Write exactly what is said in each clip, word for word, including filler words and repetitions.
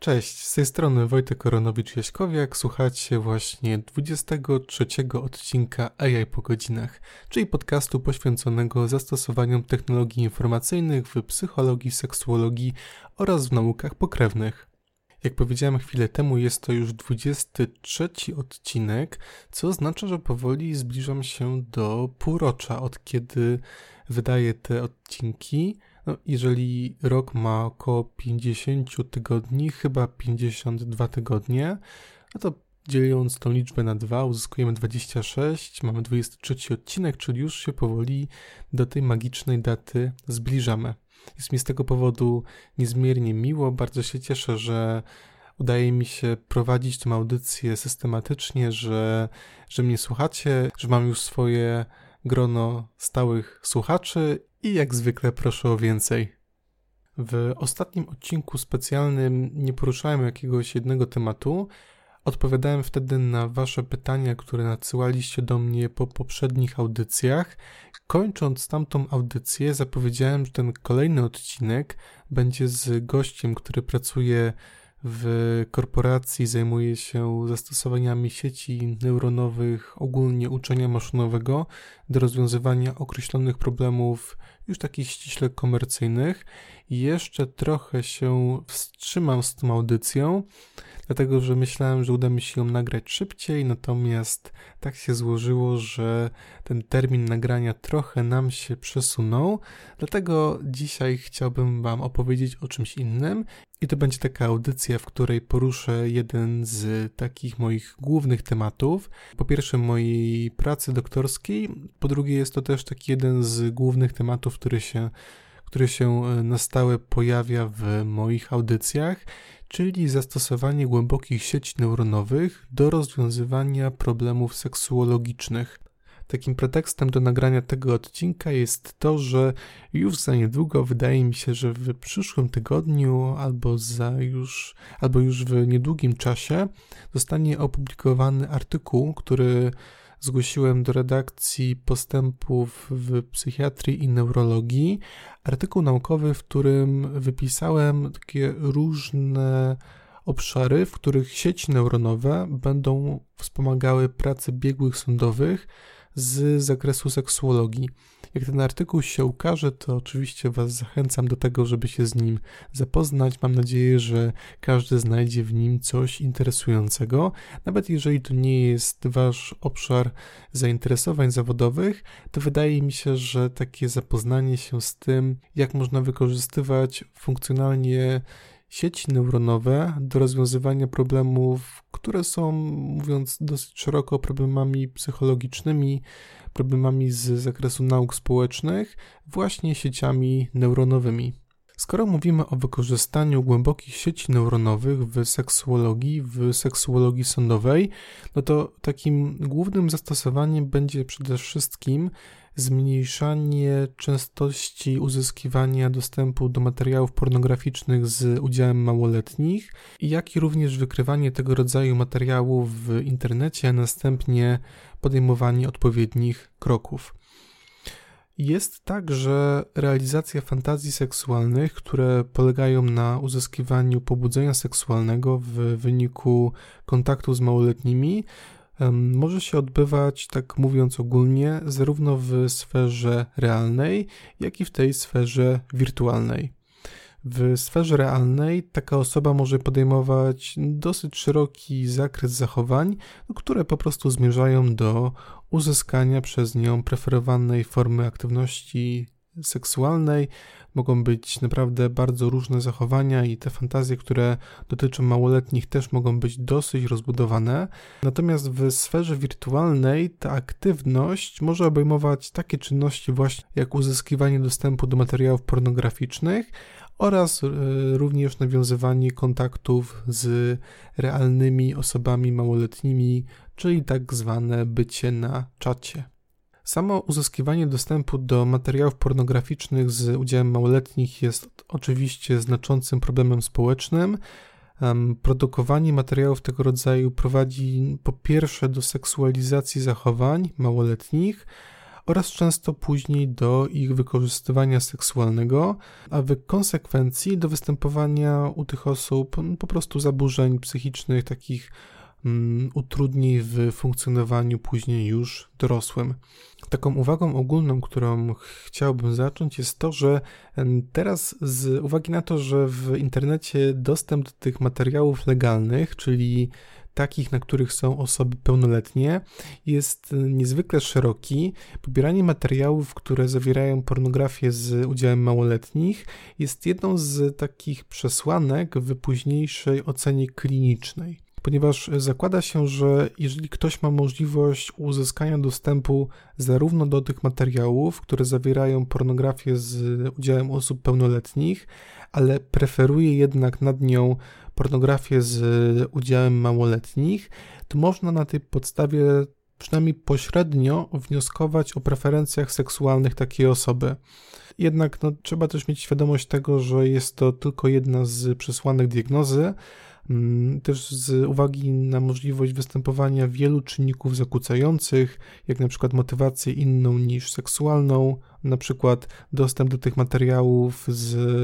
Cześć, z tej strony Wojtek Koronowicz-Jaśkowiak, słuchacie właśnie dwudziestego trzeciego odcinka A I po godzinach, czyli podcastu poświęconego zastosowaniom technologii informacyjnych w psychologii, seksuologii oraz w naukach pokrewnych. Jak powiedziałem chwilę temu, jest to już dwudziesty trzeci odcinek, co oznacza, że powoli zbliżam się do półrocza, od kiedy wydaję te odcinki. No, jeżeli rok ma około pięćdziesiąt tygodni, chyba pięćdziesiąt dwa tygodnie, no to dzieląc tą liczbę na dwa uzyskujemy dwadzieścia sześć, mamy dwudziesty trzeci odcinek, czyli już się powoli do tej magicznej daty zbliżamy. Jest mi z tego powodu niezmiernie miło, bardzo się cieszę, że udaje mi się prowadzić tę audycję systematycznie, że, że mnie słuchacie, że mam już swoje grono stałych słuchaczy i jak zwykle proszę o więcej. W ostatnim odcinku specjalnym nie poruszałem jakiegoś jednego tematu. Odpowiadałem wtedy na wasze pytania, które nadsyłaliście do mnie po poprzednich audycjach. Kończąc tamtą audycję, zapowiedziałem, że ten kolejny odcinek będzie z gościem, który pracuje w korporacji, zajmuje się zastosowaniami sieci neuronowych, ogólnie uczenia maszynowego do rozwiązywania określonych problemów już takich ściśle komercyjnych. I jeszcze trochę się wstrzymam z tą audycją, dlatego że myślałem, że uda mi się ją nagrać szybciej, natomiast tak się złożyło, że ten termin nagrania trochę nam się przesunął, dlatego dzisiaj chciałbym wam opowiedzieć o czymś innym i to będzie taka audycja, w której poruszę jeden z takich moich głównych tematów. Po pierwsze mojej pracy doktorskiej, po drugie jest to też taki jeden z głównych tematów, który się, który się na stałe pojawia w moich audycjach, czyli zastosowanie głębokich sieci neuronowych do rozwiązywania problemów seksuologicznych. Takim pretekstem do nagrania tego odcinka jest to, że już za niedługo, wydaje mi się, że w przyszłym tygodniu albo, za już, albo już w niedługim czasie zostanie opublikowany artykuł, który zgłosiłem do redakcji postępów w psychiatrii i neurologii. Artykuł naukowy, w którym wypisałem takie różne obszary, w których sieci neuronowe będą wspomagały pracę biegłych sądowych z zakresu seksuologii. Jak ten artykuł się ukaże, to oczywiście was zachęcam do tego, żeby się z nim zapoznać. Mam nadzieję, że każdy znajdzie w nim coś interesującego. Nawet jeżeli to nie jest wasz obszar zainteresowań zawodowych, to wydaje mi się, że takie zapoznanie się z tym, jak można wykorzystywać funkcjonalnie sieci neuronowe do rozwiązywania problemów, które są, mówiąc dosyć szeroko, problemami psychologicznymi, problemami z zakresu nauk społecznych, właśnie sieciami neuronowymi. Skoro mówimy o wykorzystaniu głębokich sieci neuronowych w seksuologii, w seksuologii sądowej, no to takim głównym zastosowaniem będzie przede wszystkim zmniejszanie częstości uzyskiwania dostępu do materiałów pornograficznych z udziałem małoletnich, jak i również wykrywanie tego rodzaju materiałów w internecie, a następnie podejmowanie odpowiednich kroków. Jest także realizacja fantazji seksualnych, które polegają na uzyskiwaniu pobudzenia seksualnego w wyniku kontaktu z małoletnimi. Może się odbywać, tak mówiąc ogólnie, zarówno w sferze realnej, jak i w tej sferze wirtualnej. W sferze realnej taka osoba może podejmować dosyć szeroki zakres zachowań, które po prostu zmierzają do uzyskania przez nią preferowanej formy aktywności seksualnej. Mogą być naprawdę bardzo różne zachowania i te fantazje, które dotyczą małoletnich, też mogą być dosyć rozbudowane. Natomiast w sferze wirtualnej ta aktywność może obejmować takie czynności właśnie jak uzyskiwanie dostępu do materiałów pornograficznych oraz również nawiązywanie kontaktów z realnymi osobami małoletnimi, czyli tak zwane bycie na czacie. Samo uzyskiwanie dostępu do materiałów pornograficznych z udziałem małoletnich jest oczywiście znaczącym problemem społecznym. Produkowanie materiałów tego rodzaju prowadzi po pierwsze do seksualizacji zachowań małoletnich oraz często później do ich wykorzystywania seksualnego, a w konsekwencji do występowania u tych osób po prostu zaburzeń psychicznych, takich um, utrudnień w funkcjonowaniu później już dorosłym. Taką uwagą ogólną, którą chciałbym zacząć, jest to, że teraz z uwagi na to, że w internecie dostęp do tych materiałów legalnych, czyli takich, na których są osoby pełnoletnie, jest niezwykle szeroki. Pobieranie materiałów, które zawierają pornografię z udziałem małoletnich, jest jedną z takich przesłanek w późniejszej ocenie klinicznej. Ponieważ zakłada się, że jeżeli ktoś ma możliwość uzyskania dostępu zarówno do tych materiałów, które zawierają pornografię z udziałem osób pełnoletnich, ale preferuje jednak nad nią pornografię z udziałem małoletnich, to można na tej podstawie przynajmniej pośrednio wnioskować o preferencjach seksualnych takiej osoby. Jednak no, trzeba też mieć świadomość tego, że jest to tylko jedna z przesłanek diagnozy, też z uwagi na możliwość występowania wielu czynników zakłócających, jak na przykład motywację inną niż seksualną, na przykład dostęp do tych materiałów z,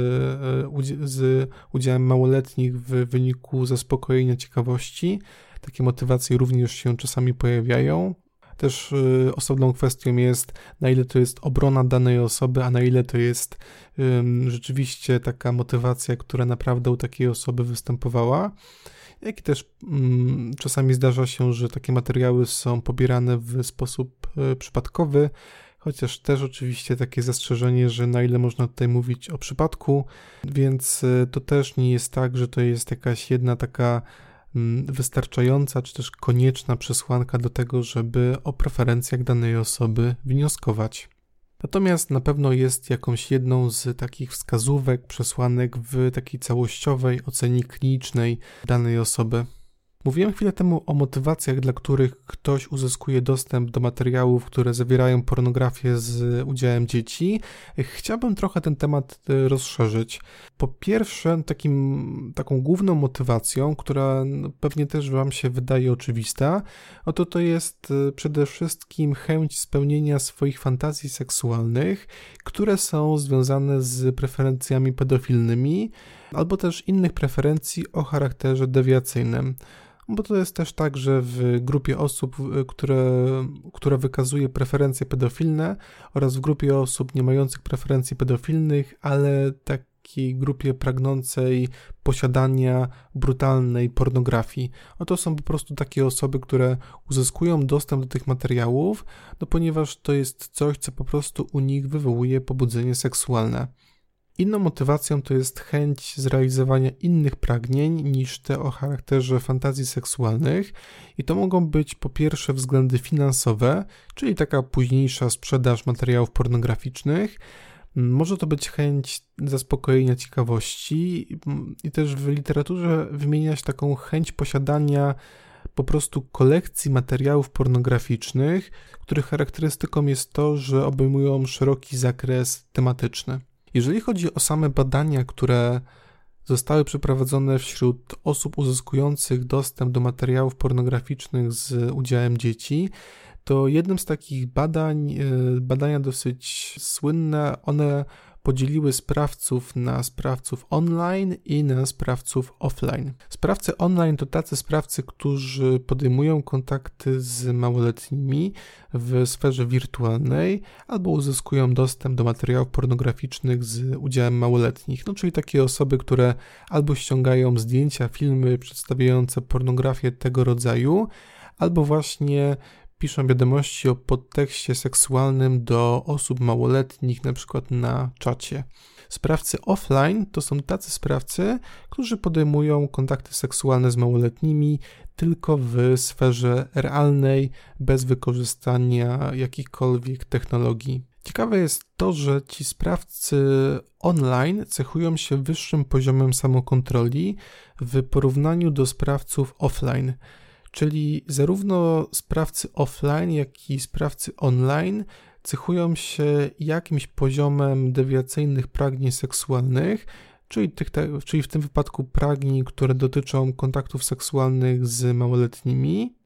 z udziałem małoletnich w wyniku zaspokojenia ciekawości. Takie motywacje również się czasami pojawiają. Też y, osobną kwestią jest, na ile to jest obrona danej osoby, a na ile to jest y, rzeczywiście taka motywacja, która naprawdę u takiej osoby występowała. Jak i też y, czasami zdarza się, że takie materiały są pobierane w sposób y, przypadkowy, chociaż też oczywiście takie zastrzeżenie, że na ile można tutaj mówić o przypadku, więc y, to też nie jest tak, że to jest jakaś jedna taka wystarczająca, czy też konieczna przesłanka do tego, żeby o preferencjach danej osoby wnioskować. Natomiast na pewno jest jakąś jedną z takich wskazówek, przesłanek w takiej całościowej ocenie klinicznej danej osoby. Mówiłem chwilę temu o motywacjach, dla których ktoś uzyskuje dostęp do materiałów, które zawierają pornografię z udziałem dzieci. Chciałbym trochę ten temat rozszerzyć. Po pierwsze, takim, taką główną motywacją, która pewnie też Wam się wydaje oczywista, oto to jest przede wszystkim chęć spełnienia swoich fantazji seksualnych, które są związane z preferencjami pedofilnymi, albo też innych preferencji o charakterze dewiacyjnym. Bo to jest też tak, że w grupie osób, które, która wykazuje preferencje pedofilne oraz w grupie osób nie mających preferencji pedofilnych, ale takiej grupie pragnącej posiadania brutalnej pornografii. Oto są po prostu takie osoby, które uzyskują dostęp do tych materiałów, no ponieważ to jest coś, co po prostu u nich wywołuje pobudzenie seksualne. Inną motywacją to jest chęć zrealizowania innych pragnień niż te o charakterze fantazji seksualnych i to mogą być po pierwsze względy finansowe, czyli taka późniejsza sprzedaż materiałów pornograficznych. Może to być chęć zaspokojenia ciekawości i też w literaturze wymienia się taką chęć posiadania po prostu kolekcji materiałów pornograficznych, których charakterystyką jest to, że obejmują szeroki zakres tematyczny. Jeżeli chodzi o same badania, które zostały przeprowadzone wśród osób uzyskujących dostęp do materiałów pornograficznych z udziałem dzieci, to jednym z takich badań, badania dosyć słynne, one podzieliły sprawców na sprawców online i na sprawców offline. Sprawcy online to tacy sprawcy, którzy podejmują kontakty z małoletnimi w sferze wirtualnej albo uzyskują dostęp do materiałów pornograficznych z udziałem małoletnich. No, czyli takie osoby, które albo ściągają zdjęcia, filmy przedstawiające pornografię tego rodzaju, albo właśnie piszą wiadomości o podtekście seksualnym do osób małoletnich, na przykład na czacie. Sprawcy offline to są tacy sprawcy, którzy podejmują kontakty seksualne z małoletnimi tylko w sferze realnej, bez wykorzystania jakichkolwiek technologii. Ciekawe jest to, że ci sprawcy online cechują się wyższym poziomem samokontroli w porównaniu do sprawców offline. Czyli zarówno sprawcy offline, jak i sprawcy online cechują się jakimś poziomem dewiacyjnych pragnień seksualnych, czyli, tych, czyli w tym wypadku pragnień, które dotyczą kontaktów seksualnych z małoletnimi,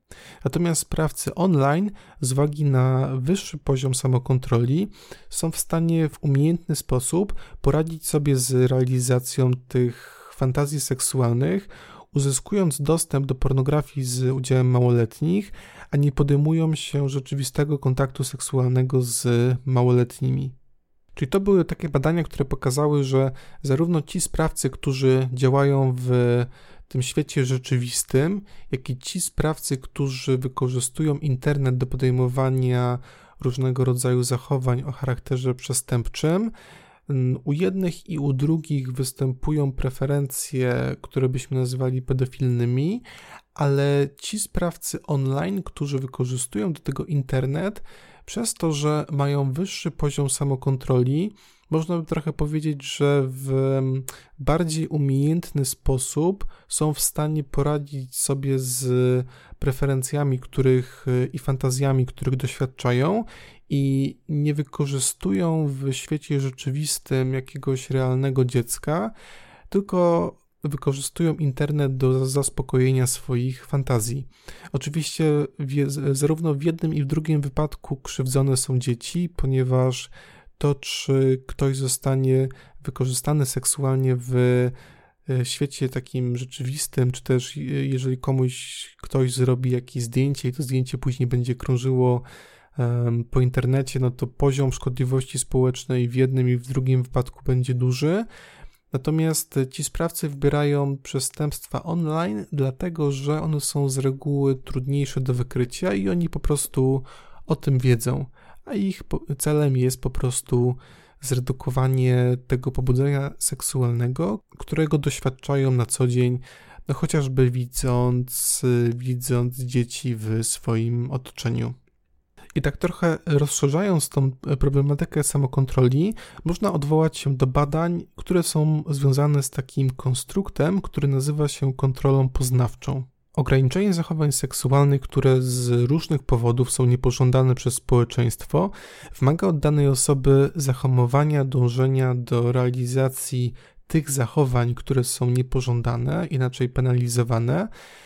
Natomiast sprawcy online z uwagi na wyższy poziom samokontroli są w stanie w umiejętny sposób poradzić sobie z realizacją tych fantazji seksualnych, uzyskując dostęp do pornografii z udziałem małoletnich, a nie podejmują się rzeczywistego kontaktu seksualnego z małoletnimi. Czyli to były takie badania, które pokazały, że zarówno ci sprawcy, którzy działają w tym świecie rzeczywistym, jak i ci sprawcy, którzy wykorzystują internet do podejmowania różnego rodzaju zachowań o charakterze przestępczym, u jednych i u drugich występują preferencje, które byśmy nazywali pedofilnymi, ale ci sprawcy online, którzy wykorzystują do tego internet, przez to, że mają wyższy poziom samokontroli, można by trochę powiedzieć, że w bardziej umiejętny sposób są w stanie poradzić sobie z preferencjami, których i fantazjami, których doświadczają i nie wykorzystują w świecie rzeczywistym jakiegoś realnego dziecka, tylko wykorzystują internet do zaspokojenia swoich fantazji. Oczywiście w, zarówno w jednym i w drugim wypadku krzywdzone są dzieci, ponieważ to, czy ktoś zostanie wykorzystany seksualnie w świecie takim rzeczywistym, czy też jeżeli komuś ktoś zrobi jakieś zdjęcie i to zdjęcie później będzie krążyło um, po internecie, no to poziom szkodliwości społecznej w jednym i w drugim wypadku będzie duży. Natomiast ci sprawcy wybierają przestępstwa online, dlatego że one są z reguły trudniejsze do wykrycia i oni po prostu o tym wiedzą, a ich celem jest po prostu zredukowanie tego pobudzenia seksualnego, którego doświadczają na co dzień, no chociażby widząc, widząc dzieci w swoim otoczeniu. I tak trochę rozszerzając tą problematykę samokontroli, można odwołać się do badań, które są związane z takim konstruktem, który nazywa się kontrolą poznawczą. Ograniczenie zachowań seksualnych, które z różnych powodów są niepożądane przez społeczeństwo, wymaga od danej osoby zahamowania dążenia do realizacji tych zachowań, które są niepożądane, inaczej penalizowane.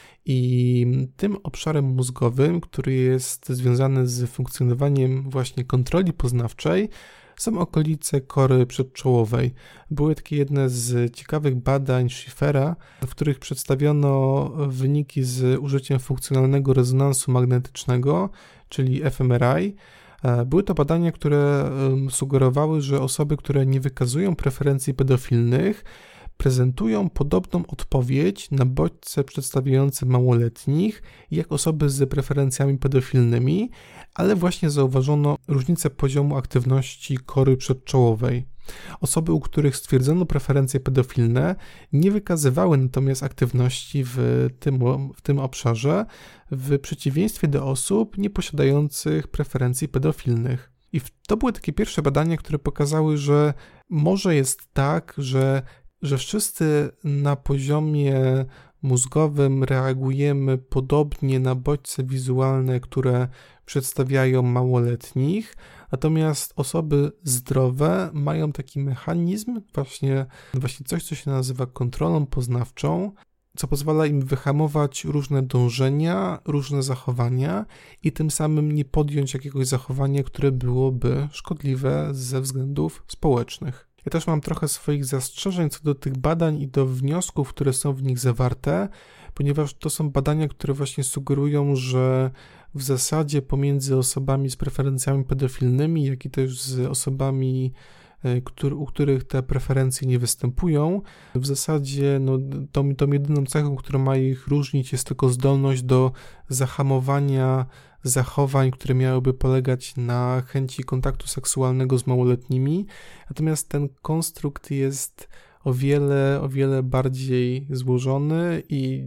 I tym obszarem mózgowym, który jest związany z funkcjonowaniem właśnie kontroli poznawczej, są okolice kory przedczołowej. Były takie jedne z ciekawych badań Schiffera, w których przedstawiono wyniki z użyciem funkcjonalnego rezonansu magnetycznego, czyli F M R I. Były to badania, które sugerowały, że osoby, które nie wykazują preferencji pedofilnych, prezentują podobną odpowiedź na bodźce przedstawiające małoletnich, jak osoby z preferencjami pedofilnymi, ale właśnie zauważono różnicę poziomu aktywności kory przedczołowej. Osoby, u których stwierdzono preferencje pedofilne, nie wykazywały natomiast aktywności w tym, w tym obszarze, w przeciwieństwie do osób nieposiadających preferencji pedofilnych. I to były takie pierwsze badania, które pokazały, że może jest tak, że że wszyscy na poziomie mózgowym reagujemy podobnie na bodźce wizualne, które przedstawiają małoletnich, natomiast osoby zdrowe mają taki mechanizm, właśnie, właśnie coś, co się nazywa kontrolą poznawczą, co pozwala im wyhamować różne dążenia, różne zachowania i tym samym nie podjąć jakiegoś zachowania, które byłoby szkodliwe ze względów społecznych. Ja też mam trochę swoich zastrzeżeń co do tych badań i do wniosków, które są w nich zawarte, ponieważ to są badania, które właśnie sugerują, że w zasadzie pomiędzy osobami z preferencjami pedofilnymi, jak i też z osobami, który, u których te preferencje nie występują, w zasadzie no, tą, tą jedyną cechą, która ma ich różnić, jest tylko zdolność do zahamowania zachowań, które miałyby polegać na chęci kontaktu seksualnego z małoletnimi, natomiast ten konstrukt jest o wiele, o wiele bardziej złożony i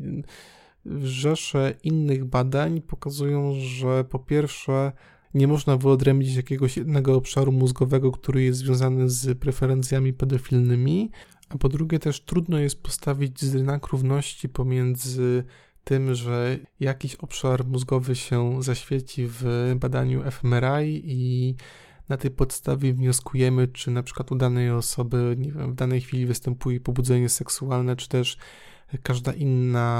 rzesze innych badań pokazują, że po pierwsze nie można wyodrębnić jakiegoś jednego obszaru mózgowego, który jest związany z preferencjami pedofilnymi, a po drugie też trudno jest postawić znak równości pomiędzy tym, że jakiś obszar mózgowy się zaświeci w badaniu F M R I i na tej podstawie wnioskujemy, czy na przykład u danej osoby, nie wiem, w danej chwili występuje pobudzenie seksualne, czy też każda inna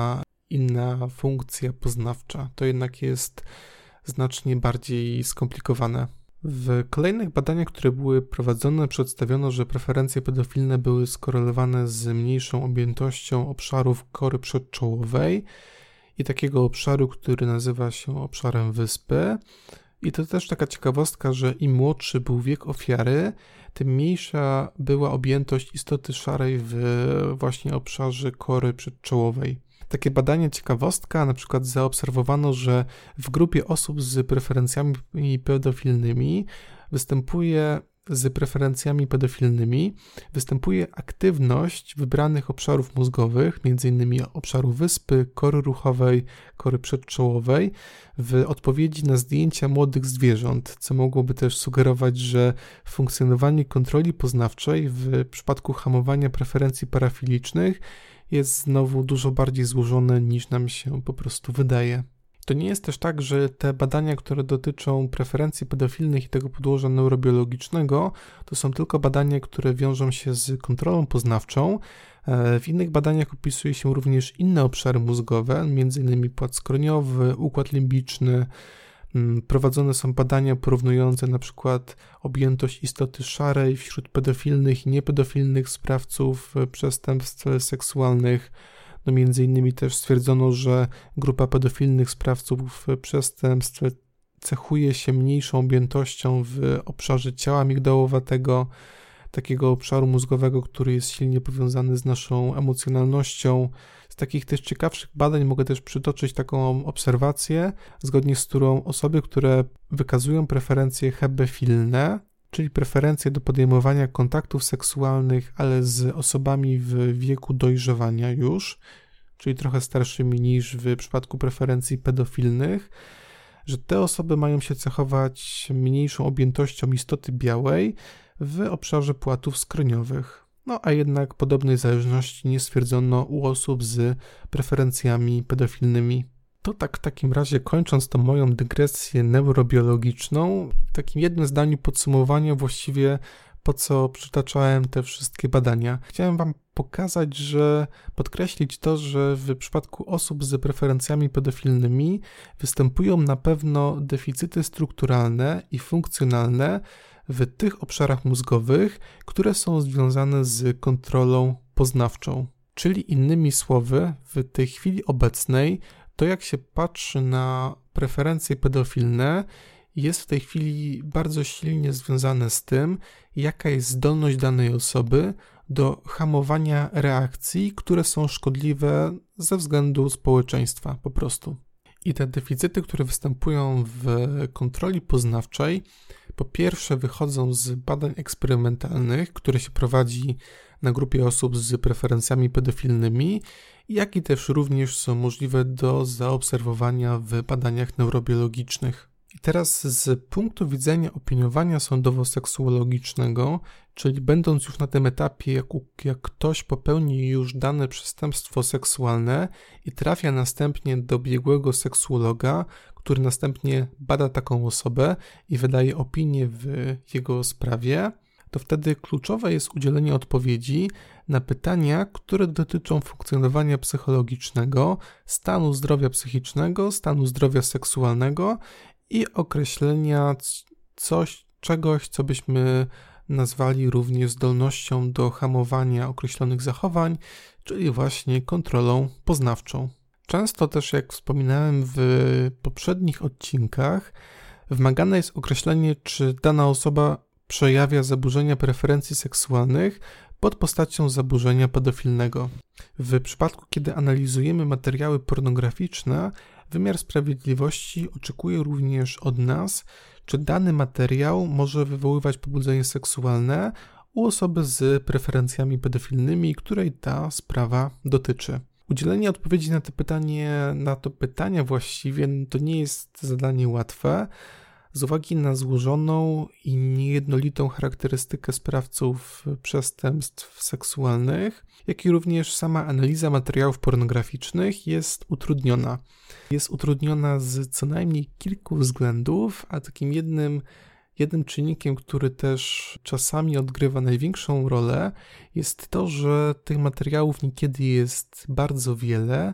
inna funkcja poznawcza. To jednak jest znacznie bardziej skomplikowane. W kolejnych badaniach, które były prowadzone, przedstawiono, że preferencje pedofilne były skorelowane z mniejszą objętością obszarów kory przedczołowej i takiego obszaru, który nazywa się obszarem wyspy. I to też taka ciekawostka, że im młodszy był wiek ofiary, tym mniejsza była objętość istoty szarej w właśnie obszarze kory przedczołowej. Takie badanie, ciekawostka, na przykład zaobserwowano, że w grupie osób z preferencjami pedofilnymi występuje z preferencjami pedofilnymi występuje aktywność wybranych obszarów mózgowych, m.in. obszaru wyspy, kory ruchowej, kory przedczołowej, w odpowiedzi na zdjęcia młodych zwierząt, co mogłoby też sugerować, że funkcjonowanie kontroli poznawczej w przypadku hamowania preferencji parafilicznych jest znowu dużo bardziej złożone niż nam się po prostu wydaje. To nie jest też tak, że te badania, które dotyczą preferencji pedofilnych i tego podłoża neurobiologicznego, to są tylko badania, które wiążą się z kontrolą poznawczą. W innych badaniach opisuje się również inne obszary mózgowe, m.in. płat skroniowy, układ limbiczny. Prowadzone są badania porównujące na przykład objętość istoty szarej wśród pedofilnych i niepedofilnych sprawców przestępstw seksualnych. No między innymi też stwierdzono, że grupa pedofilnych sprawców przestępstw cechuje się mniejszą objętością w obszarze ciała migdałowatego, takiego obszaru mózgowego, który jest silnie powiązany z naszą emocjonalnością. Z takich też ciekawszych badań mogę też przytoczyć taką obserwację, zgodnie z którą osoby, które wykazują preferencje hebefilne, czyli preferencje do podejmowania kontaktów seksualnych, ale z osobami w wieku dojrzewania już, czyli trochę starszymi niż w przypadku preferencji pedofilnych, że te osoby mają się cechować mniejszą objętością istoty białej w obszarze płatów skroniowych. No a jednak podobnej zależności nie stwierdzono u osób z preferencjami pedofilnymi. To tak w takim razie, kończąc tą moją dygresję neurobiologiczną, w takim jednym zdaniu podsumowania właściwie po co przytaczałem te wszystkie badania. Chciałem Wam pokazać, że podkreślić to, że w przypadku osób z preferencjami pedofilnymi występują na pewno deficyty strukturalne i funkcjonalne w tych obszarach mózgowych, które są związane z kontrolą poznawczą. Czyli innymi słowy, w tej chwili obecnej to, jak się patrzy na preferencje pedofilne, jest w tej chwili bardzo silnie związane z tym, jaka jest zdolność danej osoby do hamowania reakcji, które są szkodliwe ze względu społeczeństwa po prostu. I te deficyty, które występują w kontroli poznawczej, po pierwsze wychodzą z badań eksperymentalnych, które się prowadzi na grupie osób z preferencjami pedofilnymi, jak i też również są możliwe do zaobserwowania w badaniach neurobiologicznych. I teraz z punktu widzenia opiniowania sądowo-seksuologicznego, czyli będąc już na tym etapie, jak, jak ktoś popełni już dane przestępstwo seksualne i trafia następnie do biegłego seksuologa, który następnie bada taką osobę i wydaje opinię w jego sprawie, to wtedy kluczowe jest udzielenie odpowiedzi na pytania, które dotyczą funkcjonowania psychologicznego, stanu zdrowia psychicznego, stanu zdrowia seksualnego i określenia coś, czegoś, co byśmy nazwali również zdolnością do hamowania określonych zachowań, czyli właśnie kontrolą poznawczą. Często też, jak wspominałem w poprzednich odcinkach, wymagane jest określenie, czy dana osoba przejawia zaburzenia preferencji seksualnych pod postacią zaburzenia pedofilnego. W przypadku, kiedy analizujemy materiały pornograficzne, wymiar sprawiedliwości oczekuje również od nas, czy dany materiał może wywoływać pobudzenie seksualne u osoby z preferencjami pedofilnymi, której ta sprawa dotyczy. Udzielenie odpowiedzi na to pytanie, na to pytanie właściwie to nie jest zadanie łatwe, z uwagi na złożoną i niejednolitą charakterystykę sprawców przestępstw seksualnych, jak i również sama analiza materiałów pornograficznych jest utrudniona. Jest utrudniona z co najmniej kilku względów, a takim jednym, jednym czynnikiem, który też czasami odgrywa największą rolę, jest to, że tych materiałów niekiedy jest bardzo wiele,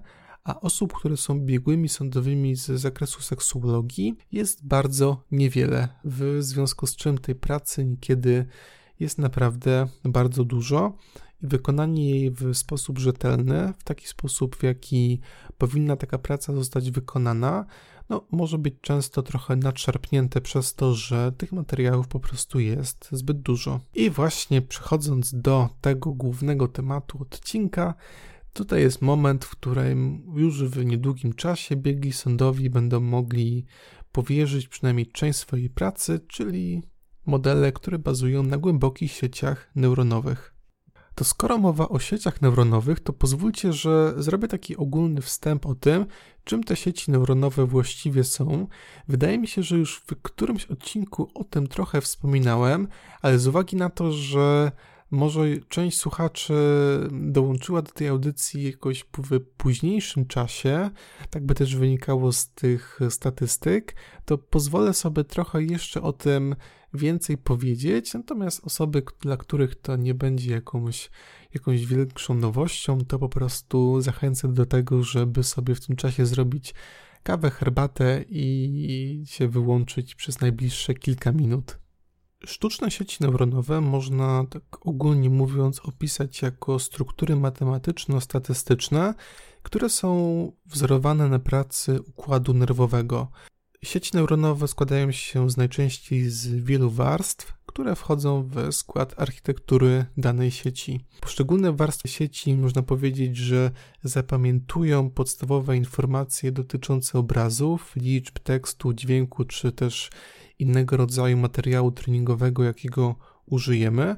a osób, które są biegłymi sądowymi z zakresu seksuologii jest bardzo niewiele, w związku z czym tej pracy niekiedy jest naprawdę bardzo dużo i wykonanie jej w sposób rzetelny, w taki sposób, w jaki powinna taka praca zostać wykonana, no, może być często trochę nadszarpnięte przez to, że tych materiałów po prostu jest zbyt dużo. I właśnie przechodząc do tego głównego tematu odcinka, tutaj jest moment, w którym już w niedługim czasie biegli sądowi będą mogli powierzyć przynajmniej część swojej pracy, czyli modele, które bazują na głębokich sieciach neuronowych. To skoro mowa o sieciach neuronowych, to pozwólcie, że zrobię taki ogólny wstęp o tym, czym te sieci neuronowe właściwie są. Wydaje mi się, że już w którymś odcinku o tym trochę wspominałem, ale z uwagi na to, że może część słuchaczy dołączyła do tej audycji jakoś w późniejszym czasie, tak by też wynikało z tych statystyk, to pozwolę sobie trochę jeszcze o tym więcej powiedzieć, natomiast osoby, dla których to nie będzie jakąś, jakąś większą nowością, to po prostu zachęcę do tego, żeby sobie w tym czasie zrobić kawę, herbatę i się wyłączyć przez najbliższe kilka minut. Sztuczne sieci neuronowe można, tak ogólnie mówiąc, opisać jako struktury matematyczno-statystyczne, które są wzorowane na pracy układu nerwowego. Sieci neuronowe składają się z najczęściej z wielu warstw, które wchodzą w skład architektury danej sieci. Poszczególne warstwy sieci można powiedzieć, że zapamiętują podstawowe informacje dotyczące obrazów, liczb, tekstu, dźwięku czy też innego rodzaju materiału treningowego, jakiego użyjemy,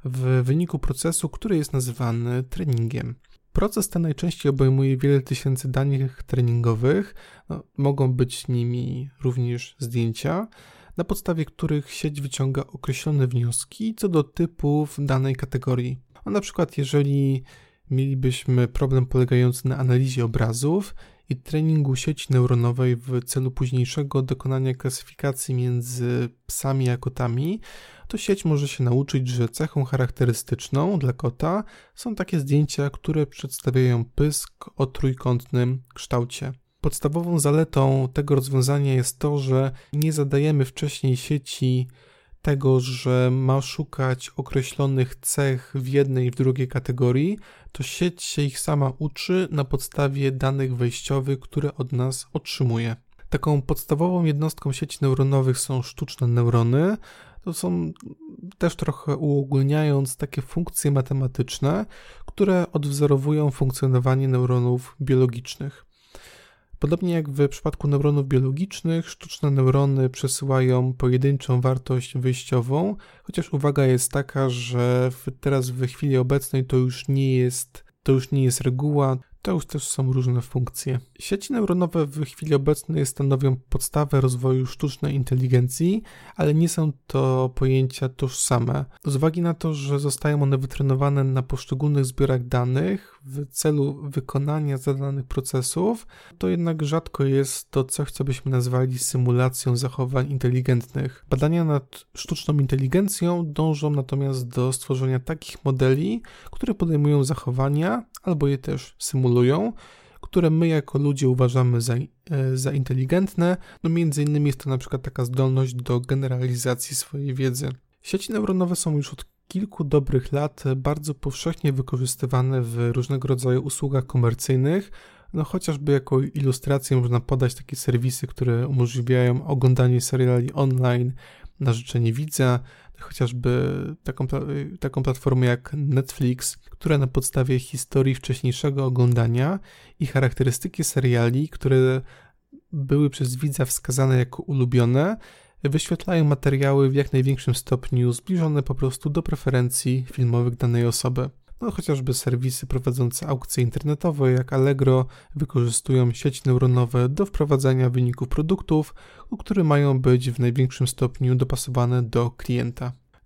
w wyniku procesu, który jest nazywany treningiem. Proces ten najczęściej obejmuje wiele tysięcy danych treningowych, no, mogą być nimi również zdjęcia, na podstawie których sieć wyciąga określone wnioski co do typów danej kategorii. No, na przykład jeżeli mielibyśmy problem polegający na analizie obrazów i treningu sieci neuronowej w celu późniejszego dokonania klasyfikacji między psami a kotami, to sieć może się nauczyć, że cechą charakterystyczną dla kota są takie zdjęcia, które przedstawiają pysk o trójkątnym kształcie. Podstawową zaletą tego rozwiązania jest to, że nie zadajemy wcześniej sieci tego, że ma szukać określonych cech w jednej i w drugiej kategorii, to sieć się ich sama uczy na podstawie danych wejściowych, które od nas otrzymuje. Taką podstawową jednostką sieci neuronowych są sztuczne neurony. To są też trochę uogólniając takie funkcje matematyczne, które odwzorowują funkcjonowanie neuronów biologicznych. Podobnie jak w przypadku neuronów biologicznych, sztuczne neurony przesyłają pojedynczą wartość wyjściową, chociaż uwaga jest taka, że w, teraz w chwili obecnej to już nie jest, to już nie jest reguła, to już też są różne funkcje. Sieci neuronowe w chwili obecnej stanowią podstawę rozwoju sztucznej inteligencji, ale nie są to pojęcia tożsame. Z uwagi na to, że zostają one wytrenowane na poszczególnych zbiorach danych w celu wykonania zadanych procesów, to jednak rzadko jest to coś, co byśmy nazwali symulacją zachowań inteligentnych. Badania nad sztuczną inteligencją dążą natomiast do stworzenia takich modeli, które podejmują zachowania albo je też symulują, które my jako ludzie uważamy za, za inteligentne, no między innymi jest to na przykład taka zdolność do generalizacji swojej wiedzy. Sieci neuronowe są już od kilku dobrych lat bardzo powszechnie wykorzystywane w różnego rodzaju usługach komercyjnych, no chociażby jako ilustrację można podać takie serwisy, które umożliwiają oglądanie seriali online na życzenie widza, chociażby taką, taką platformę jak Netflix, która na podstawie historii wcześniejszego oglądania i charakterystyki seriali, które były przez widza wskazane jako ulubione, wyświetlają materiały w jak największym stopniu zbliżone po prostu do preferencji filmowych danej osoby. No, chociażby serwisy prowadzące aukcje internetowe jak Allegro wykorzystują sieci neuronowe do wprowadzania wyników produktów, które mają być w największym stopniu dopasowane do klienta.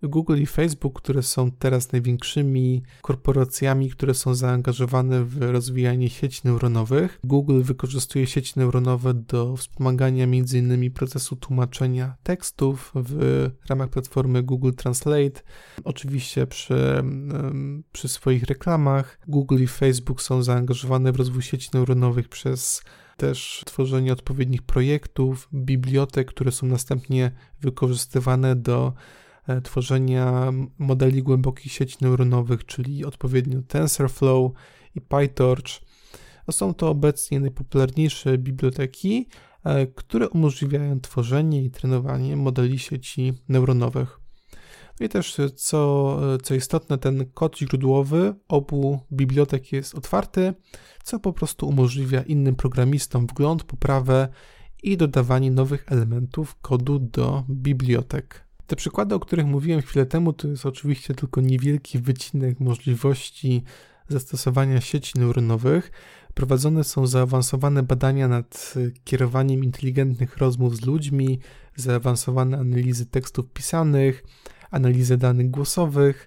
Google i Facebook, które są teraz największymi korporacjami, które są zaangażowane w rozwijanie sieci neuronowych. Google wykorzystuje sieci neuronowe do wspomagania m.in. procesu tłumaczenia tekstów w ramach platformy Google Translate. Oczywiście przy, przy swoich reklamach. Google i Facebook są zaangażowane w rozwój sieci neuronowych przez też tworzenie odpowiednich projektów, bibliotek, które są następnie wykorzystywane do tworzenia modeli głębokich sieci neuronowych, czyli odpowiednio TensorFlow i PyTorch. Są to obecnie najpopularniejsze biblioteki, które umożliwiają tworzenie i trenowanie modeli sieci neuronowych. No i też, co, co istotne, ten kod źródłowy obu bibliotek jest otwarty, co po prostu umożliwia innym programistom wgląd, poprawę i dodawanie nowych elementów kodu do bibliotek. Te przykłady, o których mówiłem chwilę temu, to jest oczywiście tylko niewielki wycinek możliwości zastosowania sieci neuronowych. Prowadzone są zaawansowane badania nad kierowaniem inteligentnych rozmów z ludźmi, zaawansowane analizy tekstów pisanych, analizę danych głosowych.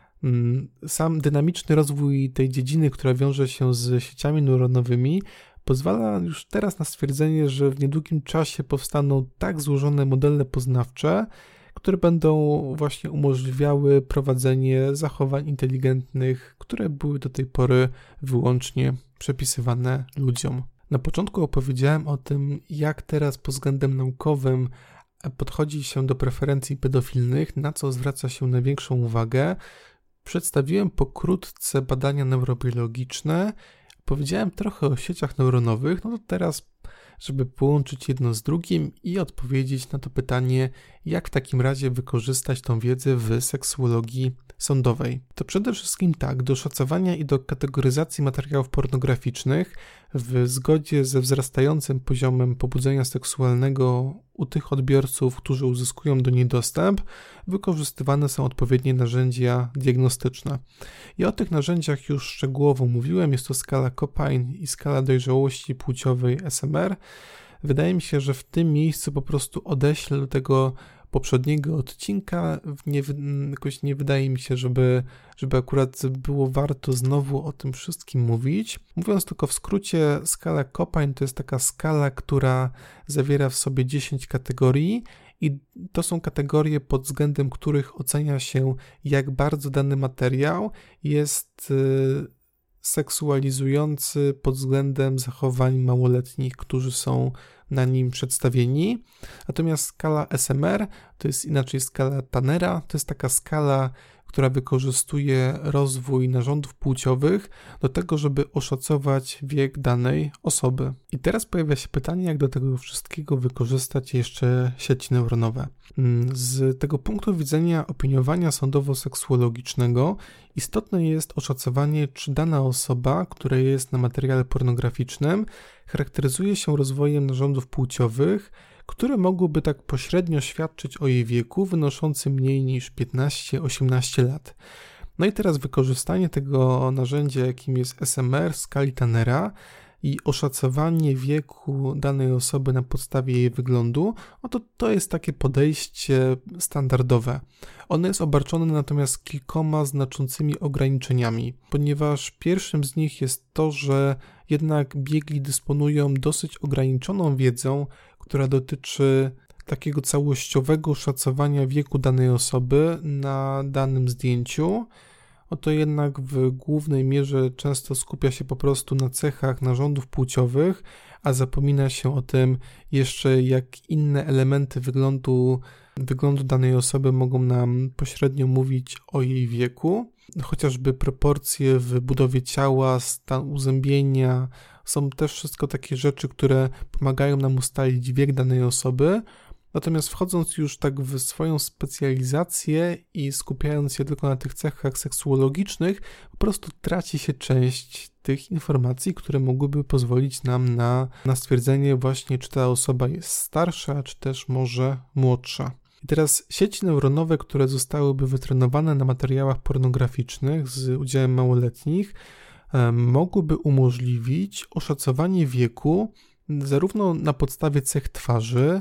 Sam dynamiczny rozwój tej dziedziny, która wiąże się z sieciami neuronowymi, pozwala już teraz na stwierdzenie, że w niedługim czasie powstaną tak złożone modele poznawcze, które będą właśnie umożliwiały prowadzenie zachowań inteligentnych, które były do tej pory wyłącznie przepisywane ludziom. Na początku opowiedziałem o tym, jak teraz pod względem naukowym podchodzi się do preferencji pedofilnych, na co zwraca się największą uwagę. Przedstawiłem pokrótce badania neurobiologiczne, powiedziałem trochę o sieciach neuronowych, no to teraz, żeby połączyć jedno z drugim i odpowiedzieć na to pytanie, jak w takim razie wykorzystać tą wiedzę w seksuologii sądowej. To przede wszystkim tak, do szacowania i do kategoryzacji materiałów pornograficznych w zgodzie ze wzrastającym poziomem pobudzenia seksualnego u tych odbiorców, którzy uzyskują do niej dostęp, wykorzystywane są odpowiednie narzędzia diagnostyczne. I o tych narzędziach już szczegółowo mówiłem, jest to skala Copine i skala dojrzałości płciowej S M R. Wydaje mi się, że w tym miejscu po prostu odeślę do tego poprzedniego odcinka. Nie, jakoś nie wydaje mi się, żeby, żeby akurat było warto znowu o tym wszystkim mówić. Mówiąc tylko w skrócie, skala Copine to jest taka skala, która zawiera w sobie dziesięć kategorii i to są kategorie, pod względem których ocenia się, jak bardzo dany materiał jest seksualizujący pod względem zachowań małoletnich, którzy są na nim przedstawieni. Natomiast skala S M R to jest inaczej skala Tannera, to jest taka skala, która wykorzystuje rozwój narządów płciowych do tego, żeby oszacować wiek danej osoby. I teraz pojawia się pytanie, jak do tego wszystkiego wykorzystać jeszcze sieci neuronowe. Z tego punktu widzenia opiniowania sądowo-seksuologicznego istotne jest oszacowanie, czy dana osoba, która jest na materiale pornograficznym, charakteryzuje się rozwojem narządów płciowych, które mogłyby tak pośrednio świadczyć o jej wieku wynoszącym mniej niż piętnaście osiemnaście lat. No i teraz wykorzystanie tego narzędzia, jakim jest S M R, skali Tannera i oszacowanie wieku danej osoby na podstawie jej wyglądu, no to to jest takie podejście standardowe. Ono jest obarczone natomiast kilkoma znaczącymi ograniczeniami, ponieważ pierwszym z nich jest to, że jednak biegli dysponują dosyć ograniczoną wiedzą, która dotyczy takiego całościowego szacowania wieku danej osoby na danym zdjęciu. Oto jednak w głównej mierze często skupia się po prostu na cechach narządów płciowych, a zapomina się o tym jeszcze, jak inne elementy wyglądu, wyglądu danej osoby mogą nam pośrednio mówić o jej wieku. Chociażby proporcje w budowie ciała, stan uzębienia, są też wszystko takie rzeczy, które pomagają nam ustalić wiek danej osoby. Natomiast wchodząc już tak w swoją specjalizację i skupiając się tylko na tych cechach seksuologicznych, po prostu traci się część tych informacji, które mogłyby pozwolić nam na, na stwierdzenie właśnie, czy ta osoba jest starsza, czy też może młodsza. I teraz sieci neuronowe, które zostałyby wytrenowane na materiałach pornograficznych z udziałem małoletnich, mogłyby umożliwić oszacowanie wieku zarówno na podstawie cech twarzy,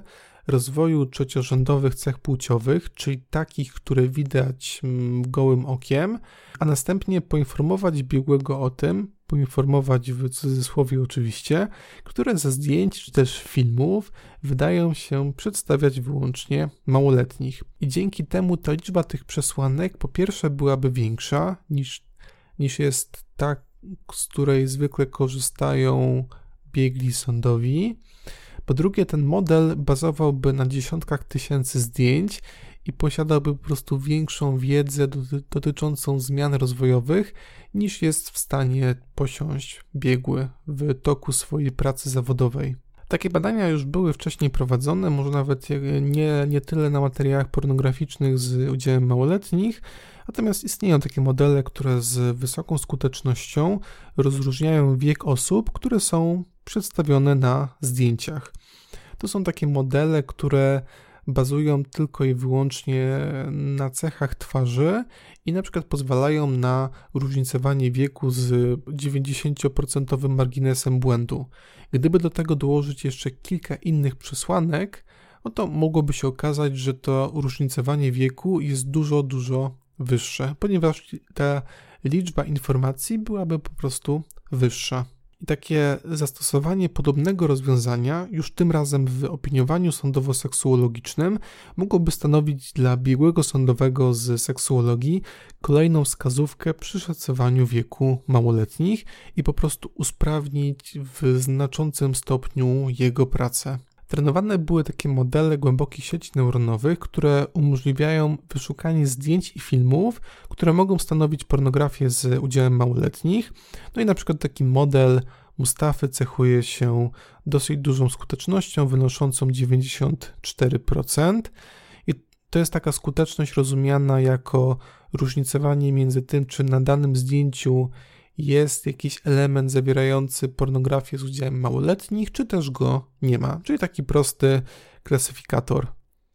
rozwoju trzeciorzędowych cech płciowych, czyli takich, które widać gołym okiem, a następnie poinformować biegłego o tym, poinformować w cudzysłowie oczywiście, które ze zdjęć czy też filmów wydają się przedstawiać wyłącznie małoletnich. I dzięki temu ta liczba tych przesłanek po pierwsze byłaby większa niż, niż jest ta, z której zwykle korzystają biegli sądowi. Po drugie, ten model bazowałby na dziesiątkach tysięcy zdjęć i posiadałby po prostu większą wiedzę dotyczącą zmian rozwojowych niż jest w stanie posiąść biegły w toku swojej pracy zawodowej. Takie badania już były wcześniej prowadzone, może nawet nie, nie tyle na materiałach pornograficznych z udziałem małoletnich, natomiast istnieją takie modele, które z wysoką skutecznością rozróżniają wiek osób, które są przedstawione na zdjęciach. To są takie modele, które bazują tylko i wyłącznie na cechach twarzy i na przykład pozwalają na różnicowanie wieku z dziewięćdziesięcioprocentowym marginesem błędu. Gdyby do tego dołożyć jeszcze kilka innych przesłanek, no to mogłoby się okazać, że to różnicowanie wieku jest dużo, dużo wyższe, ponieważ ta liczba informacji byłaby po prostu wyższa. I takie zastosowanie podobnego rozwiązania, już tym razem w opiniowaniu sądowo-seksuologicznym, mogłoby stanowić dla biegłego sądowego z seksuologii kolejną wskazówkę przy szacowaniu wieku małoletnich i po prostu usprawnić w znaczącym stopniu jego pracę. Trenowane były takie modele głębokich sieci neuronowych, które umożliwiają wyszukanie zdjęć i filmów, które mogą stanowić pornografię z udziałem małoletnich. No i na przykład taki model Mustafy cechuje się dosyć dużą skutecznością, wynoszącą dziewięćdziesiąt cztery procent. I to jest taka skuteczność rozumiana jako różnicowanie między tym, czy na danym zdjęciu jest jakiś element zawierający pornografię z udziałem małoletnich, czy też go nie ma, czyli taki prosty klasyfikator.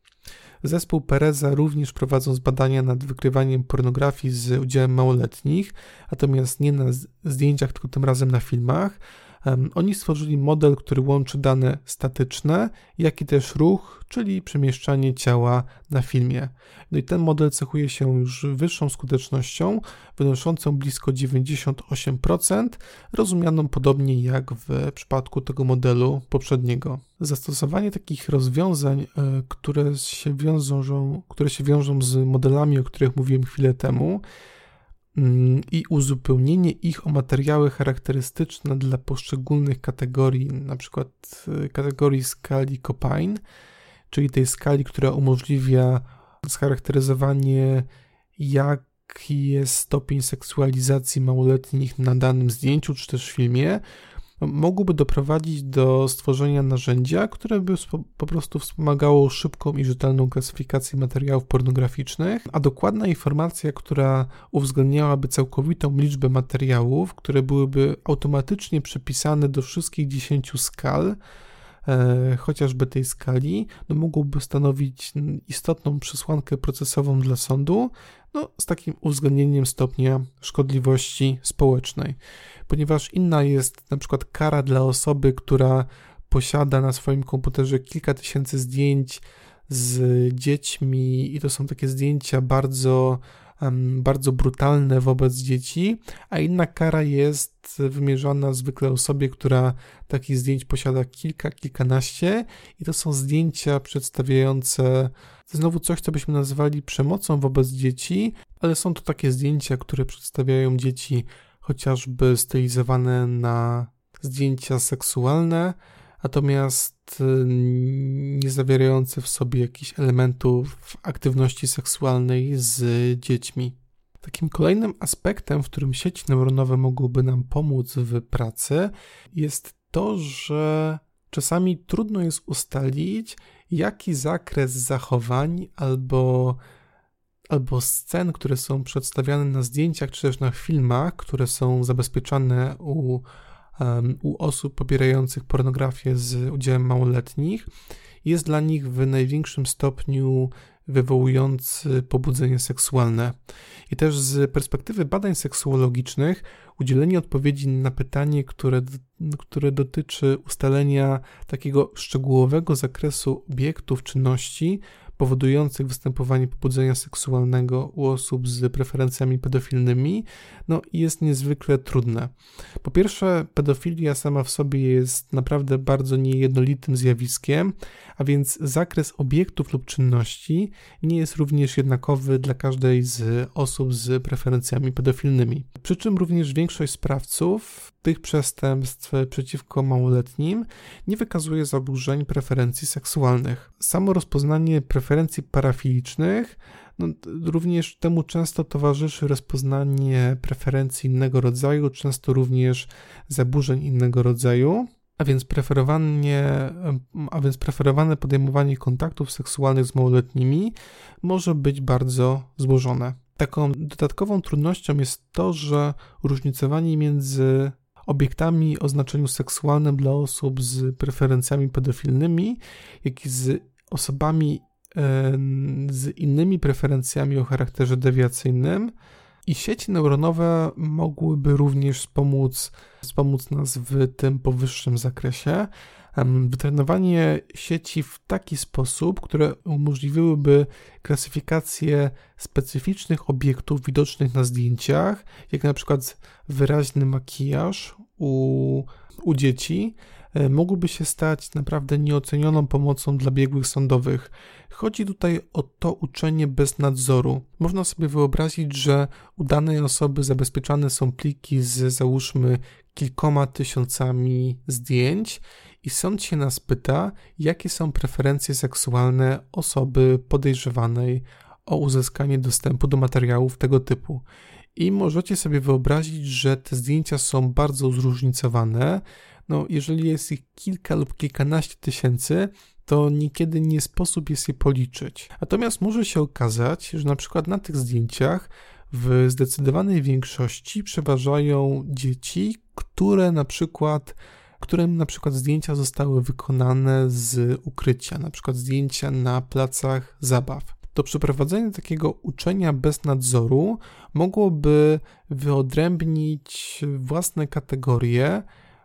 Zespół Pereza również prowadząc badania nad wykrywaniem pornografii z udziałem małoletnich, natomiast nie na zdjęciach, tylko tym razem na filmach. Um, oni stworzyli model, który łączy dane statyczne, jak i też ruch, czyli przemieszczanie ciała na filmie. No i ten model cechuje się już wyższą skutecznością, wynoszącą blisko dziewięćdziesiąt osiem procent, rozumianą podobnie jak w przypadku tego modelu poprzedniego. Zastosowanie takich rozwiązań, które się wiążą, które się wiążą z modelami, o których mówiłem chwilę temu, i uzupełnienie ich o materiały charakterystyczne dla poszczególnych kategorii, na przykład kategorii skali Copine, czyli tej skali, która umożliwia scharakteryzowanie, jaki jest stopień seksualizacji małoletnich na danym zdjęciu czy też filmie, mogłoby doprowadzić do stworzenia narzędzia, które by po prostu wspomagało szybką i rzetelną klasyfikację materiałów pornograficznych, a dokładna informacja, która uwzględniałaby całkowitą liczbę materiałów, które byłyby automatycznie przypisane do wszystkich dziesięciu skal, e, chociażby tej skali, no mogłoby stanowić istotną przesłankę procesową dla sądu, no, z takim uwzględnieniem stopnia szkodliwości społecznej. Ponieważ inna jest na przykład kara dla osoby, która posiada na swoim komputerze kilka tysięcy zdjęć z dziećmi i to są takie zdjęcia bardzo, um, bardzo brutalne wobec dzieci, a inna kara jest wymierzona zwykle osobie, która takich zdjęć posiada kilka, kilkanaście i to są zdjęcia przedstawiające znowu coś, co byśmy nazwali przemocą wobec dzieci, ale są to takie zdjęcia, które przedstawiają dzieci chociażby stylizowane na zdjęcia seksualne, natomiast nie zawierające w sobie jakichś elementów aktywności seksualnej z dziećmi. Takim kolejnym aspektem, w którym sieci neuronowe mogłyby nam pomóc w pracy, jest to, że czasami trudno jest ustalić, jaki zakres zachowań albo albo scen, które są przedstawiane na zdjęciach czy też na filmach, które są zabezpieczane u, um, u osób pobierających pornografię z udziałem małoletnich, jest dla nich w największym stopniu wywołujący pobudzenie seksualne. I też z perspektywy badań seksuologicznych udzielenie odpowiedzi na pytanie, które, które dotyczy ustalenia takiego szczegółowego zakresu obiektów czynności powodujących występowanie pobudzenia seksualnego u osób z preferencjami pedofilnymi, no jest niezwykle trudne. Po pierwsze, pedofilia sama w sobie jest naprawdę bardzo niejednolitym zjawiskiem, a więc zakres obiektów lub czynności nie jest również jednakowy dla każdej z osób z preferencjami pedofilnymi. Przy czym również większość sprawców tych przestępstw przeciwko małoletnim nie wykazuje zaburzeń preferencji seksualnych. Samo rozpoznanie preferencji parafilicznych, no, również temu często towarzyszy rozpoznanie preferencji innego rodzaju, często również zaburzeń innego rodzaju, a więc preferowanie, a więc preferowane podejmowanie kontaktów seksualnych z małoletnimi może być bardzo złożone. Taką dodatkową trudnością jest to, że różnicowanie między obiektami o znaczeniu seksualnym dla osób z preferencjami pedofilnymi, jak i z osobami e, z innymi preferencjami o charakterze dewiacyjnym i sieci neuronowe mogłyby również wspomóc, wspomóc nas w tym powyższym zakresie. Wytrenowanie sieci w taki sposób, które umożliwiłyby klasyfikację specyficznych obiektów widocznych na zdjęciach, jak na przykład wyraźny makijaż u, u dzieci, mogłyby się stać naprawdę nieocenioną pomocą dla biegłych sądowych. Chodzi tutaj o to uczenie bez nadzoru. Można sobie wyobrazić, że u danej osoby zabezpieczane są pliki z, załóżmy, kilkoma tysiącami zdjęć i sąd się nas pyta, jakie są preferencje seksualne osoby podejrzewanej o uzyskanie dostępu do materiałów tego typu. I możecie sobie wyobrazić, że te zdjęcia są bardzo zróżnicowane. No, jeżeli jest ich kilka lub kilkanaście tysięcy, to niekiedy nie sposób jest je policzyć. Natomiast może się okazać, że na przykład na tych zdjęciach w zdecydowanej większości przeważają dzieci, które na przykład, którym na przykład zdjęcia zostały wykonane z ukrycia, na przykład zdjęcia na placach zabaw. To przeprowadzenie takiego uczenia bez nadzoru mogłoby wyodrębnić własne kategorie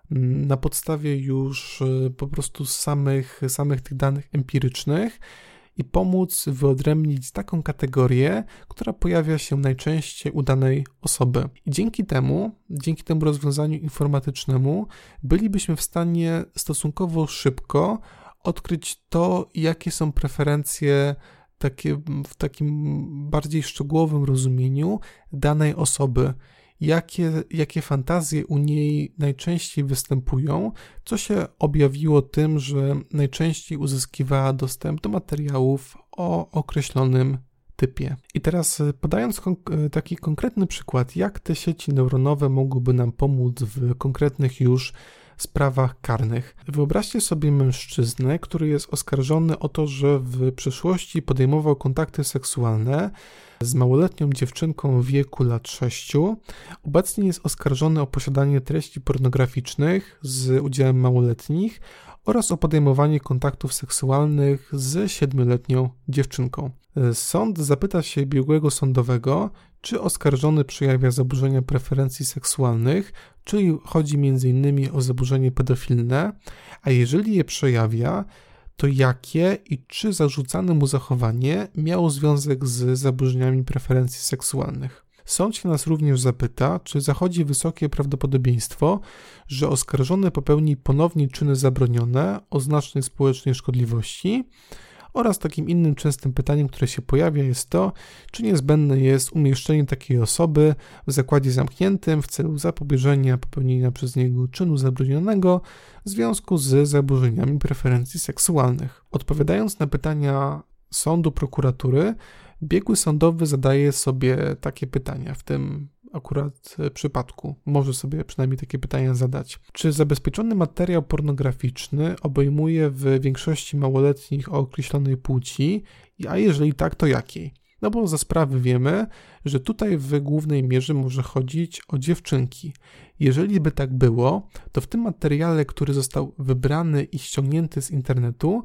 na podstawie już po prostu samych, samych tych danych empirycznych i pomóc wyodrębnić taką kategorię, która pojawia się najczęściej u danej osoby. I dzięki temu, dzięki temu rozwiązaniu informatycznemu bylibyśmy w stanie stosunkowo szybko odkryć to, jakie są preferencje takie, w takim bardziej szczegółowym rozumieniu danej osoby. Jakie, jakie fantazje u niej najczęściej występują, co się objawiło tym, że najczęściej uzyskiwała dostęp do materiałów o określonym typie. I teraz podając konk- taki konkretny przykład, jak te sieci neuronowe mogłyby nam pomóc w konkretnych już sprawach karnych. Wyobraźcie sobie mężczyznę, który jest oskarżony o to, że w przeszłości podejmował kontakty seksualne z małoletnią dziewczynką w wieku lat sześciu. Obecnie jest oskarżony o posiadanie treści pornograficznych z udziałem małoletnich oraz o podejmowanie kontaktów seksualnych z siedmioletnią dziewczynką. Sąd zapyta się biegłego sądowego, czy oskarżony przejawia zaburzenia preferencji seksualnych, czyli chodzi między innymi o zaburzenie pedofilne, a jeżeli je przejawia, to jakie i czy zarzucane mu zachowanie miało związek z zaburzeniami preferencji seksualnych. Sąd się nas również zapyta, czy zachodzi wysokie prawdopodobieństwo, że oskarżony popełni ponownie czyny zabronione o znacznej społecznej szkodliwości, oraz takim innym częstym pytaniem, które się pojawia, jest to, czy niezbędne jest umieszczenie takiej osoby w zakładzie zamkniętym w celu zapobieżenia popełnienia przez niego czynu zabronionego w związku z zaburzeniami preferencji seksualnych. Odpowiadając na pytania sądu, prokuratury, biegły sądowy zadaje sobie takie pytania, w tym akurat przypadku może sobie przynajmniej takie pytania zadać. Czy zabezpieczony materiał pornograficzny obejmuje w większości małoletnich o określonej płci, a jeżeli tak, to jakiej? No bo za sprawy wiemy, że tutaj w głównej mierze może chodzić o dziewczynki. Jeżeli by tak było, to w tym materiale, który został wybrany i ściągnięty z internetu,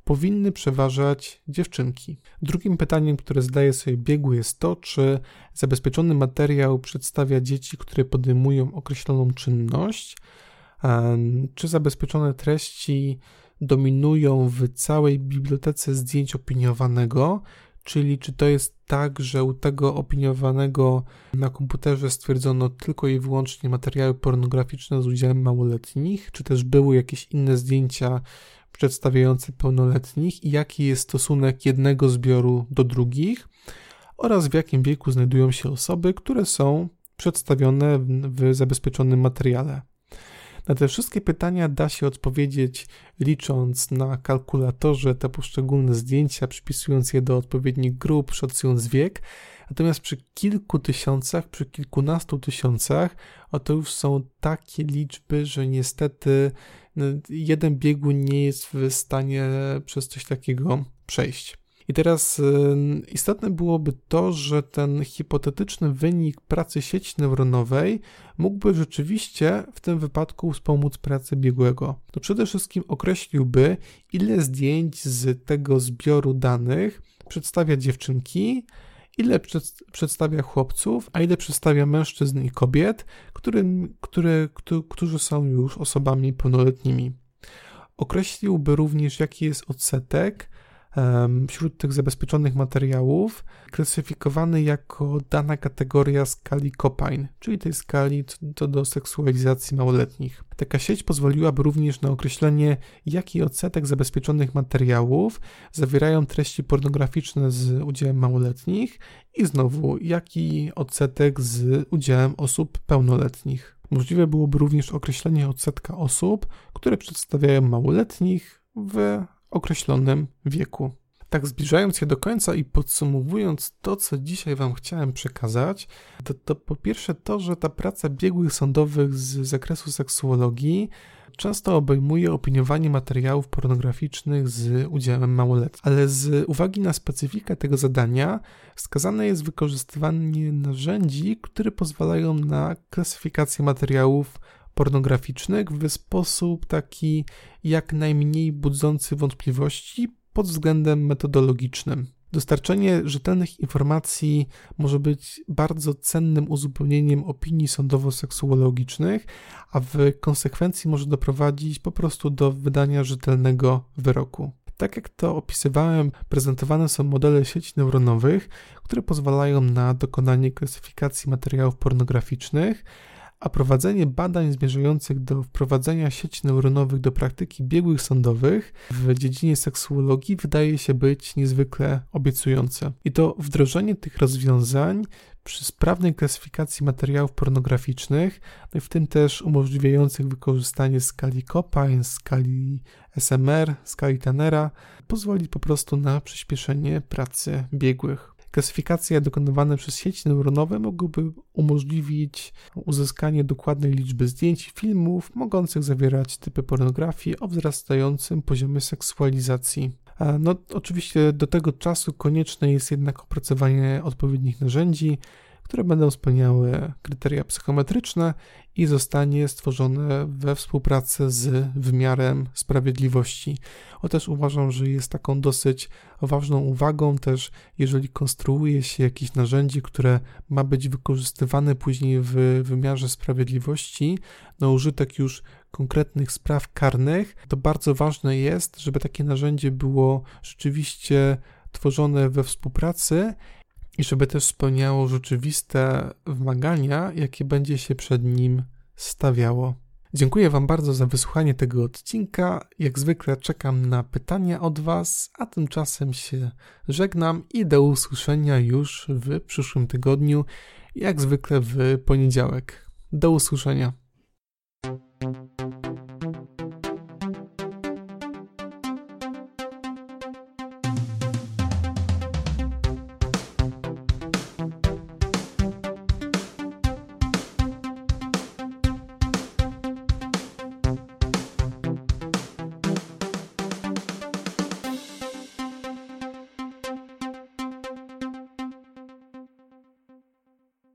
powinny przeważać dziewczynki. Drugim pytaniem, które zadaje sobie biegły, jest to, czy zabezpieczony materiał przedstawia dzieci, które podejmują określoną czynność, czy zabezpieczone treści dominują w całej bibliotece zdjęć opiniowanego, czyli czy to jest tak, że u tego opiniowanego na komputerze stwierdzono tylko i wyłącznie materiały pornograficzne z udziałem małoletnich, czy też były jakieś inne zdjęcia przedstawiające pełnoletnich i jaki jest stosunek jednego zbioru do drugich oraz w jakim wieku znajdują się osoby, które są przedstawione w, w zabezpieczonym materiale. Na te wszystkie pytania da się odpowiedzieć licząc na kalkulatorze te poszczególne zdjęcia, przypisując je do odpowiednich grup, szacując wiek. Natomiast przy kilku tysiącach, przy kilkunastu tysiącach, oto już są takie liczby, że niestety jeden biegły nie jest w stanie przez coś takiego przejść. I teraz y, istotne byłoby to, że ten hipotetyczny wynik pracy sieci neuronowej mógłby rzeczywiście w tym wypadku wspomóc pracę biegłego. To przede wszystkim określiłby, ile zdjęć z tego zbioru danych przedstawia dziewczynki, ile przed, przedstawia chłopców, a ile przedstawia mężczyzn i kobiet, którym, które, którzy, którzy są już osobami pełnoletnimi. Określiłby również, jaki jest odsetek wśród tych zabezpieczonych materiałów klasyfikowany jako dana kategoria skali Kopine, czyli tej skali co do seksualizacji małoletnich. Taka sieć pozwoliłaby również na określenie, jaki odsetek zabezpieczonych materiałów zawierają treści pornograficzne z udziałem małoletnich i znowu, jaki odsetek z udziałem osób pełnoletnich. Możliwe byłoby również określenie odsetka osób, które przedstawiają małoletnich w określonym wieku. Tak zbliżając się do końca i podsumowując to, co dzisiaj Wam chciałem przekazać, to, to po pierwsze to, że ta praca biegłych sądowych z zakresu seksuologii często obejmuje opiniowanie materiałów pornograficznych z udziałem małoletnich. Ale z uwagi na specyfikę tego zadania wskazane jest wykorzystywanie narzędzi, które pozwalają na klasyfikację materiałów pornograficznych w sposób taki jak najmniej budzący wątpliwości pod względem metodologicznym. Dostarczenie rzetelnych informacji może być bardzo cennym uzupełnieniem opinii sądowo-seksuologicznych, a w konsekwencji może doprowadzić po prostu do wydania rzetelnego wyroku. Tak jak to opisywałem, prezentowane są modele sieci neuronowych, które pozwalają na dokonanie klasyfikacji materiałów pornograficznych, a prowadzenie badań zmierzających do wprowadzenia sieci neuronowych do praktyki biegłych sądowych w dziedzinie seksuologii wydaje się być niezwykle obiecujące. I to wdrożenie tych rozwiązań przy sprawnej klasyfikacji materiałów pornograficznych, no i w tym też umożliwiających wykorzystanie skali Kopine, skali S M R, skali Tannera, pozwoli po prostu na przyspieszenie pracy biegłych. Klasyfikacje dokonywane przez sieci neuronowe mogłyby umożliwić uzyskanie dokładnej liczby zdjęć i filmów mogących zawierać typy pornografii o wzrastającym poziomie seksualizacji. No, oczywiście do tego czasu konieczne jest jednak opracowanie odpowiednich narzędzi, które będą spełniały kryteria psychometryczne i zostanie stworzone we współpracy z wymiarem sprawiedliwości. O też uważam, że jest taką dosyć ważną uwagą też, jeżeli konstruuje się jakieś narzędzie, które ma być wykorzystywane później w wymiarze sprawiedliwości na użytek już konkretnych spraw karnych, to bardzo ważne jest, żeby takie narzędzie było rzeczywiście tworzone we współpracy i żeby też spełniało rzeczywiste wymagania, jakie będzie się przed nim stawiało. Dziękuję Wam bardzo za wysłuchanie tego odcinka. Jak zwykle czekam na pytania od Was, a tymczasem się żegnam i do usłyszenia już w przyszłym tygodniu, jak zwykle w poniedziałek. Do usłyszenia.